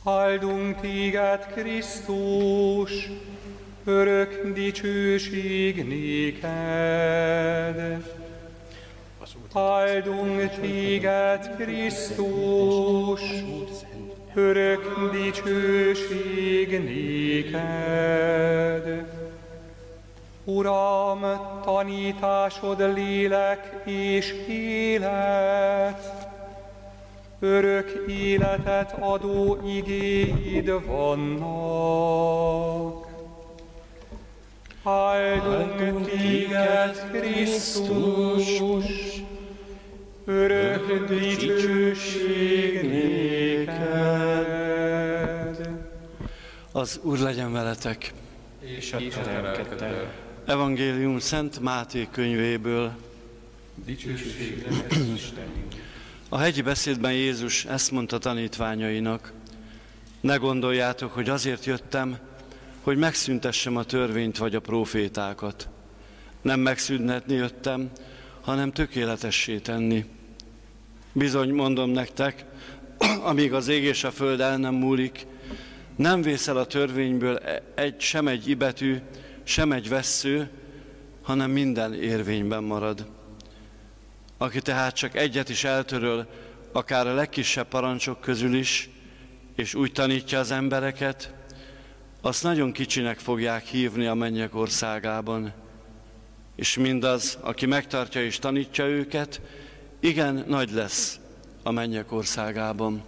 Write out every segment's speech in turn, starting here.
Áldunk téged, Krisztus, örök dicsőség néked. Áldunk téged, Krisztus, örök dicsőség néked. Uram, tanításod lélek és élet, örök életet adó igéid vannak. Áldunk téged, Krisztus, örök dicsőség néked. Az Úr legyen veletek, és a teremkedtel. Evangélium Szent Máté könyvéből. Dicsőség neked, Istenünk. A hegyi beszédben Jézus ezt mondta tanítványainak: ne gondoljátok, hogy azért jöttem, hogy megszüntessem a törvényt vagy a prófétákat. Nem megszüntetni jöttem, hanem tökéletessé tenni. Bizony, mondom nektek, amíg az ég és a föld el nem múlik, nem vészel a törvényből sem egy ibetű, sem egy vessző, hanem minden érvényben marad. Aki tehát csak egyet is eltöröl, akár a legkisebb parancsok közül is, és úgy tanítja az embereket, azt nagyon kicsinek fogják hívni a mennyek országában. És mindaz, aki megtartja és tanítja őket, igen nagy lesz a mennyek országában.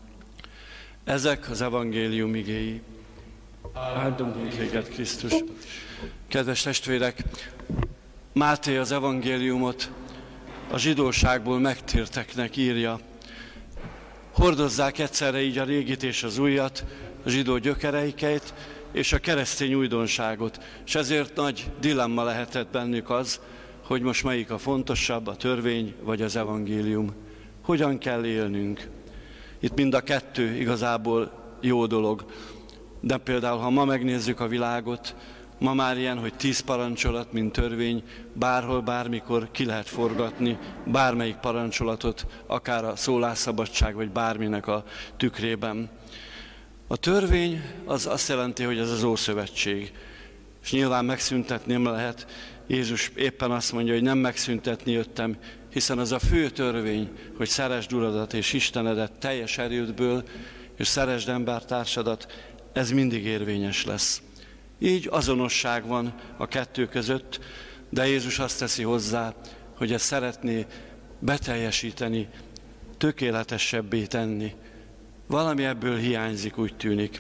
Ezek az evangélium igéi. Áldunk téged, Krisztus! Kedves testvérek, Máté az evangéliumot a zsidóságból megtérteknek írja. Hordozzák egyszerre így a régit és az újat, a zsidó gyökereiket és a keresztény újdonságot, és ezért nagy dilemma lehetett bennük az, hogy most melyik a fontosabb, a törvény vagy az evangélium. Hogyan kell élnünk? Itt mind a kettő igazából jó dolog. De például, ha ma megnézzük a világot, ma már ilyen, hogy 10 parancsolat, mint törvény, bárhol, bármikor ki lehet forgatni bármelyik parancsolatot, akár a szólásszabadság, vagy bárminek a tükrében. A törvény az azt jelenti, hogy ez az Ószövetség. És nyilván megszüntetni nem lehet. Jézus éppen azt mondja, hogy nem megszüntetni jöttem, hiszen az a fő törvény, hogy szeresd Uradat és Istenedet teljes erődből, és szeresd embertársadat, ez mindig érvényes lesz. Így azonosság van a kettő között, de Jézus azt teszi hozzá, hogy ezt szeretné beteljesíteni, tökéletesebbé tenni. Valami ebből hiányzik, úgy tűnik.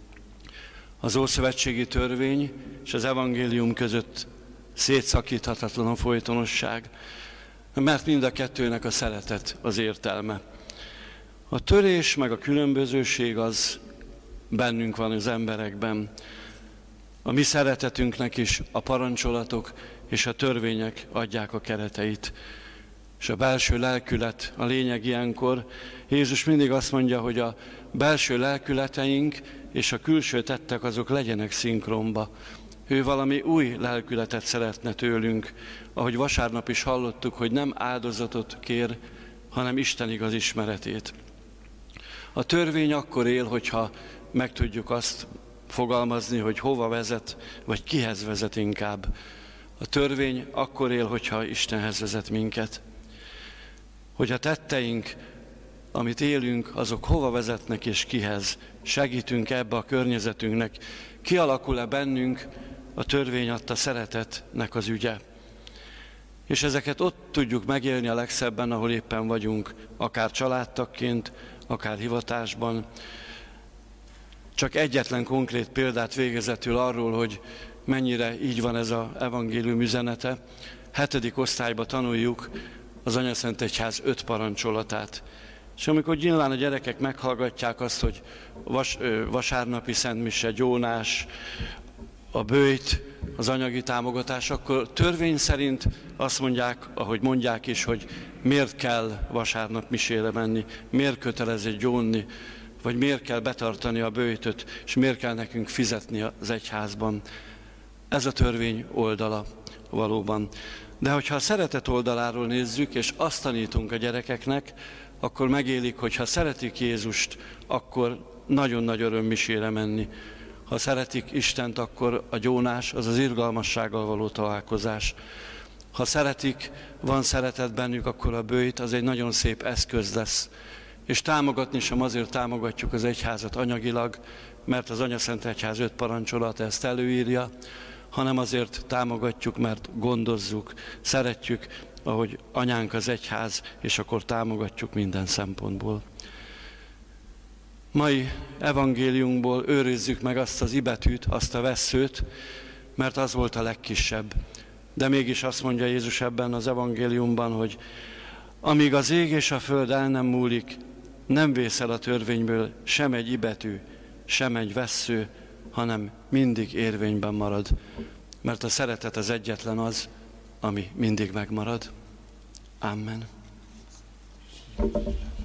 Az ószövetségi törvény és az evangélium között szétszakíthatatlan a folytonosság, mert mind a kettőnek a szeretet az értelme. A törés meg a különbözőség az bennünk van az emberekben. A mi szeretetünknek is a parancsolatok és a törvények adják a kereteit. És a belső lelkület a lényeg ilyenkor. Jézus mindig azt mondja, hogy a belső lelkületeink és a külső tettek azok legyenek szinkronba. Ő valami új lelkületet szeretne tőlünk, ahogy vasárnap is hallottuk, hogy nem áldozatot kér, hanem Isten igaz ismeretét. A törvény akkor él, hogyha meg tudjuk azt fogalmazni, hogy hova vezet, vagy kihez vezet inkább. A törvény akkor él, hogyha Istenhez vezet minket. Hogy a tetteink, amit élünk, azok hova vezetnek és kihez. Segítünk ebbe a környezetünknek. Kialakul-e bennünk a törvény adta szeretetnek az ügye. És ezeket ott tudjuk megélni a legszebben, ahol éppen vagyunk, akár családtagként, akár hivatásban. Csak egyetlen konkrét példát végezetül arról, hogy mennyire így van ez az evangélium üzenete. 7. osztályban tanuljuk az Anyaszentegyház 5 parancsolatát. És amikor nyilván a gyerekek meghallgatják azt, hogy vasárnapi szentmise, gyónás, a böjt, az anyagi támogatás, akkor törvény szerint azt mondják, ahogy mondják is, hogy miért kell vasárnap misére menni, miért kötelező gyónni, vagy miért kell betartani a böjtöt, és miért kell nekünk fizetni az egyházban. Ez a törvény oldala valóban. De hogyha a szeretet oldaláról nézzük, és azt tanítunk a gyerekeknek, akkor megélik, hogy ha szeretik Jézust, akkor nagyon nagy öröm misére menni. Ha szeretik Istent, akkor a gyónás az az irgalmassággal való találkozás. Ha szeretik, van szeretet bennük, akkor a böjt az egy nagyon szép eszköz lesz. És támogatni sem azért támogatjuk az egyházat anyagilag, mert az Anyaszent Egyház 5 parancsolata ezt előírja, hanem azért támogatjuk, mert gondozzuk, szeretjük, ahogy anyánk az egyház, és akkor támogatjuk minden szempontból. Mai evangéliumból őrizzük meg azt az ibetűt, azt a vesszőt, mert az volt a legkisebb. De mégis azt mondja Jézus ebben az evangéliumban, hogy amíg az ég és a föld el nem múlik, nem vész el a törvényből sem egy ibetű, sem egy vessző, hanem mindig érvényben marad. Mert a szeretet az egyetlen az, ami mindig megmarad. Amen.